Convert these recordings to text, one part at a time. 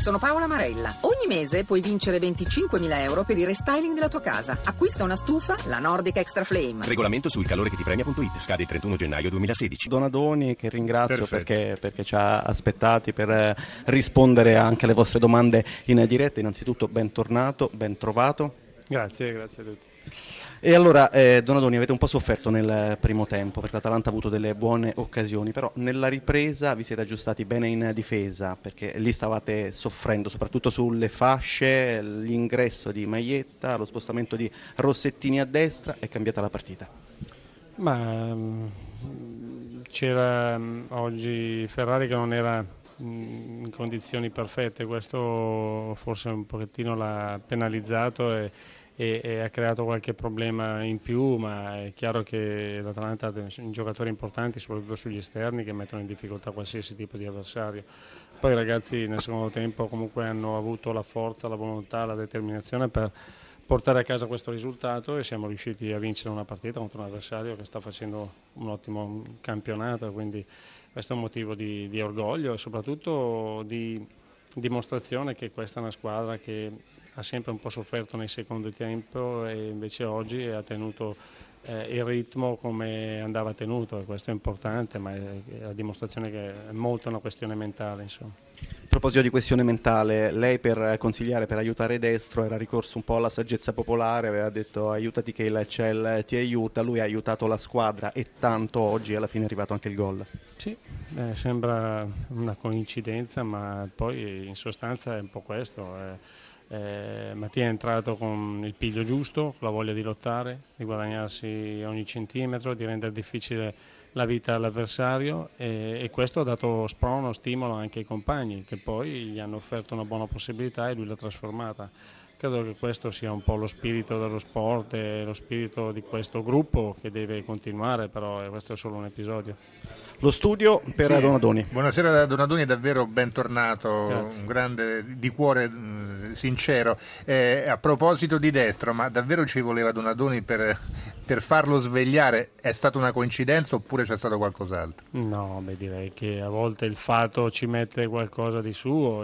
Sono Paola Marella. Ogni mese puoi vincere 25.000 euro per il restyling della tua casa. Acquista una stufa, la Nordic Extra Flame. Regolamento sul calore che ti premia.it. Scade il 31 gennaio 2016. Donadoni, che ringrazio perché ci ha aspettati per rispondere anche alle vostre domande in diretta. Innanzitutto bentornato, ben trovato. Grazie a tutti. E allora, Donadoni, avete un po' sofferto nel primo tempo perché l'Atalanta ha avuto delle buone occasioni, però nella ripresa vi siete aggiustati bene in difesa, perché lì stavate soffrendo, soprattutto sulle fasce, l'ingresso di Maietta, lo spostamento di Rossettini a destra, è cambiata la partita. Ma c'era oggi Ferrari che non era in condizioni perfette, questo forse un pochettino l'ha penalizzato e ha creato qualche problema in più, ma è chiaro che l'Atalanta ha giocatori importanti, soprattutto sugli esterni, che mettono in difficoltà qualsiasi tipo di avversario. Poi i ragazzi nel secondo tempo comunque hanno avuto la forza, la volontà, la determinazione per portare a casa questo risultato e siamo riusciti a vincere una partita contro un avversario che sta facendo un ottimo campionato, quindi questo è un motivo di orgoglio e soprattutto di dimostrazione che questa è una squadra che ha sempre un po' sofferto nel secondo tempo e invece oggi ha tenuto il ritmo come andava tenuto, e questo è importante, ma è la dimostrazione che è molto una questione mentale, insomma. A proposito di questione mentale, lei per consigliare, per aiutare Destro era ricorso un po' alla saggezza popolare, aveva detto aiutati che il Ciel ti aiuta, lui ha aiutato la squadra e tanto oggi alla fine è arrivato anche il gol. Sì, sembra una coincidenza, ma poi in sostanza è un po' questo. Mattia è entrato con il piglio giusto, con la voglia di lottare, di guadagnarsi ogni centimetro, di rendere difficile la vita all'avversario e questo ha dato sprono, stimolo anche ai compagni che poi gli hanno offerto una buona possibilità e lui l'ha trasformata. Credo che questo sia un po' lo spirito dello sport e lo spirito di questo gruppo che deve continuare, però questo è solo un episodio. Lo studio per Donadoni. Buonasera Donadoni, davvero bentornato. Grazie. Un grande di cuore sincero. A proposito di Destro, ma davvero ci voleva Donadoni per farlo svegliare? È stata una coincidenza oppure c'è stato qualcos'altro? No, direi che a volte il fato ci mette qualcosa di suo.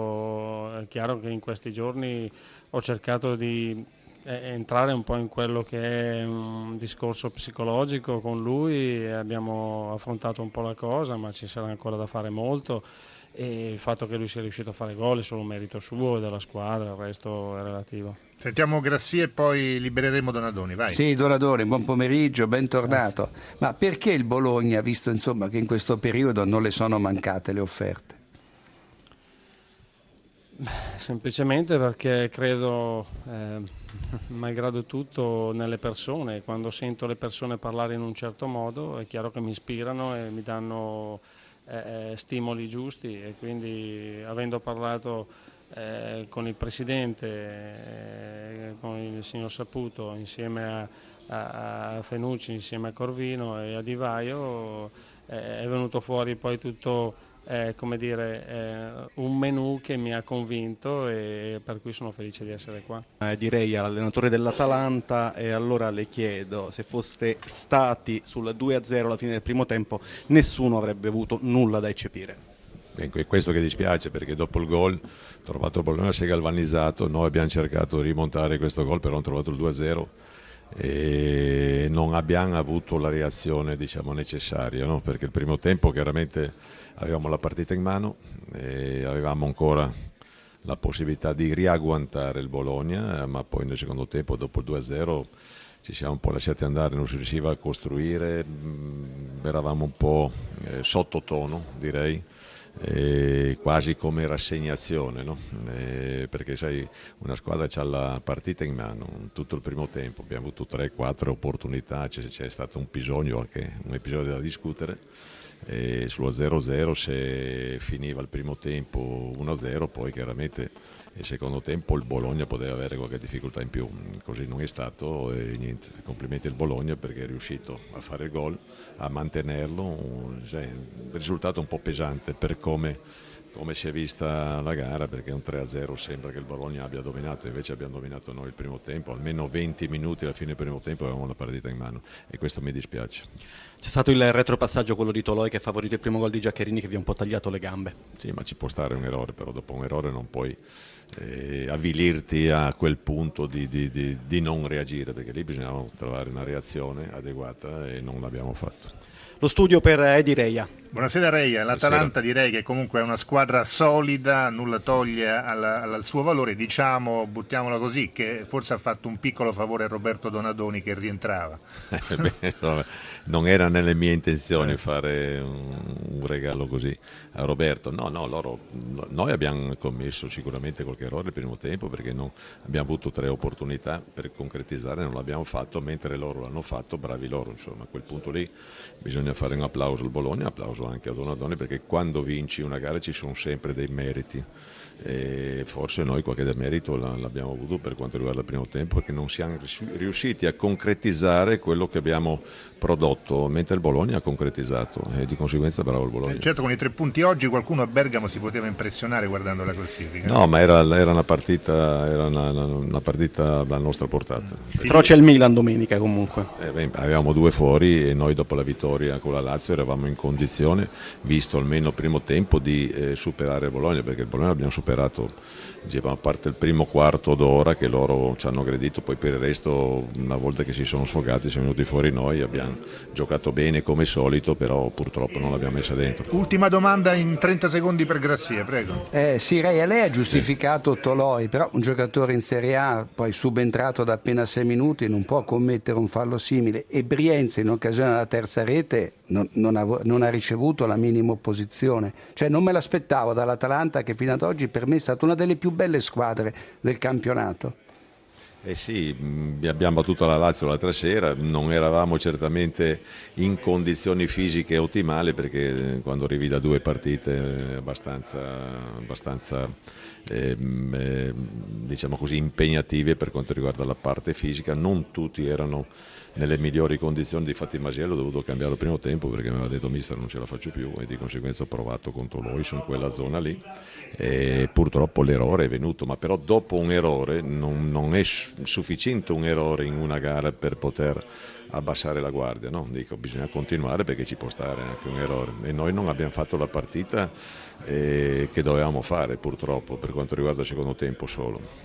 Io è chiaro che in questi giorni ho cercato di entrare un po' in quello che è un discorso psicologico con lui e abbiamo affrontato un po' la cosa, ma ci sarà ancora da fare molto e il fatto che lui sia riuscito a fare gol è solo un merito suo e della squadra, il resto è relativo. Sentiamo Grassi e poi libereremo Donadoni, vai. Sì, Donadoni, buon pomeriggio, bentornato. Grazie. Ma perché il Bologna, visto insomma che in questo periodo non le sono mancate le offerte? Semplicemente perché credo, malgrado tutto, nelle persone. Quando sento le persone parlare in un certo modo è chiaro che mi ispirano e mi danno stimoli giusti e quindi avendo parlato con il Presidente, con il signor Saputo, insieme a Fenucci, insieme a Corvino e a Di Vaio, è venuto fuori poi tutto un menù che mi ha convinto e per cui sono felice di essere qua. Direi all'allenatore dell'Atalanta e allora le chiedo se foste stati sul 2-0 alla fine del primo tempo nessuno avrebbe avuto nulla da eccepire. È questo che dispiace perché dopo il gol trovato il Bologna si è galvanizzato, noi abbiamo cercato di rimontare questo gol però abbiamo trovato il 2-0 e non abbiamo avuto la reazione necessaria, no? Perché il primo tempo chiaramente avevamo la partita in mano e avevamo ancora la possibilità di riagguantare il Bologna, ma poi nel secondo tempo dopo il 2-0 ci siamo un po' lasciati andare, non si riusciva a costruire, eravamo un po' sottotono direi. Quasi come rassegnazione, no? Perché sai, una squadra ha la partita in mano tutto il primo tempo, abbiamo avuto 3-4 opportunità, c'è stato un episodio da discutere sullo 0-0 se finiva il primo tempo 1-0 poi chiaramente il secondo tempo il Bologna poteva avere qualche difficoltà in più, così non è stato e niente, complimenti al Bologna perché è riuscito a fare il gol, a mantenerlo, un risultato un po' pesante per come come si è vista la gara, perché un 3-0 sembra che il Bologna abbia dominato, invece abbiamo dominato noi il primo tempo, almeno 20 minuti alla fine del primo tempo avevamo la partita in mano e questo mi dispiace. C'è stato il retropassaggio, quello di Toloi, che ha favorito il primo gol di Giaccherini, che vi ha un po' tagliato le gambe. Sì, ma ci può stare un errore, però dopo un errore non puoi avvilirti a quel punto di non reagire, perché lì bisognava trovare una reazione adeguata e non l'abbiamo fatto. Lo studio per Edi Reia. Buonasera Reia, l'Atalanta direi che comunque è una squadra solida, nulla toglie al suo valore, diciamo, buttiamola così, che forse ha fatto un piccolo favore a Roberto Donadoni che rientrava. Non era nelle mie intenzioni fare un regalo così a Roberto. Noi abbiamo commesso sicuramente qualche errore il primo tempo, perché abbiamo avuto 3 opportunità per concretizzare, non l'abbiamo fatto, mentre loro l'hanno fatto, bravi loro, insomma, a quel punto lì bisogna fare un applauso al Bologna, applauso anche a Donadoni, perché quando vinci una gara ci sono sempre dei meriti. E forse noi qualche demerito l'abbiamo avuto per quanto riguarda il primo tempo, perché non siamo riusciti a concretizzare quello che abbiamo prodotto, mentre il Bologna ha concretizzato e di conseguenza bravo il Bologna. Certo, con i 3 punti oggi qualcuno a Bergamo si poteva impressionare guardando la classifica. No, ma era una partita alla nostra portata. Però c'è il Milan domenica comunque. Avevamo 2 fuori e noi dopo la vittoria con la Lazio eravamo in condizione, visto almeno il primo tempo, di superare il Bologna, perché il Bologna l'abbiamo superato, diciamo, a parte il primo quarto d'ora che loro ci hanno aggredito, poi per il resto, una volta che si sono sfogati, siamo venuti fuori noi, abbiamo giocato bene come solito, però purtroppo non l'abbiamo messa dentro. Ultima domanda in 30 secondi per Grassia, prego. Sì, Reia, lei ha giustificato Toloi, però un giocatore in Serie A, poi subentrato da appena 6 minuti, non può commettere un fallo simile, e Brienza in occasione della terza rete non ha ricevuto la minima opposizione. Cioè non me l'aspettavo dall'Atalanta, che fino ad oggi per me è stata una delle più belle squadre del campionato. Sì, abbiamo battuto la Lazio l'altra sera, non eravamo certamente in condizioni fisiche ottimali, perché quando arrivi da 2 partite abbastanza diciamo così impegnative per quanto riguarda la parte fisica, non tutti erano nelle migliori condizioni. Difatti Masiello ho dovuto cambiare il primo tempo, perché mi aveva detto mister non ce la faccio più, e di conseguenza ho provato contro Lois in quella zona lì, e purtroppo l'errore è venuto, ma però dopo un errore non è sufficiente un errore in una gara per poter abbassare la guardia, no? Dico, bisogna continuare, perché ci può stare anche un errore, e noi non abbiamo fatto la partita che dovevamo fare, purtroppo, per quanto riguarda il secondo tempo solo.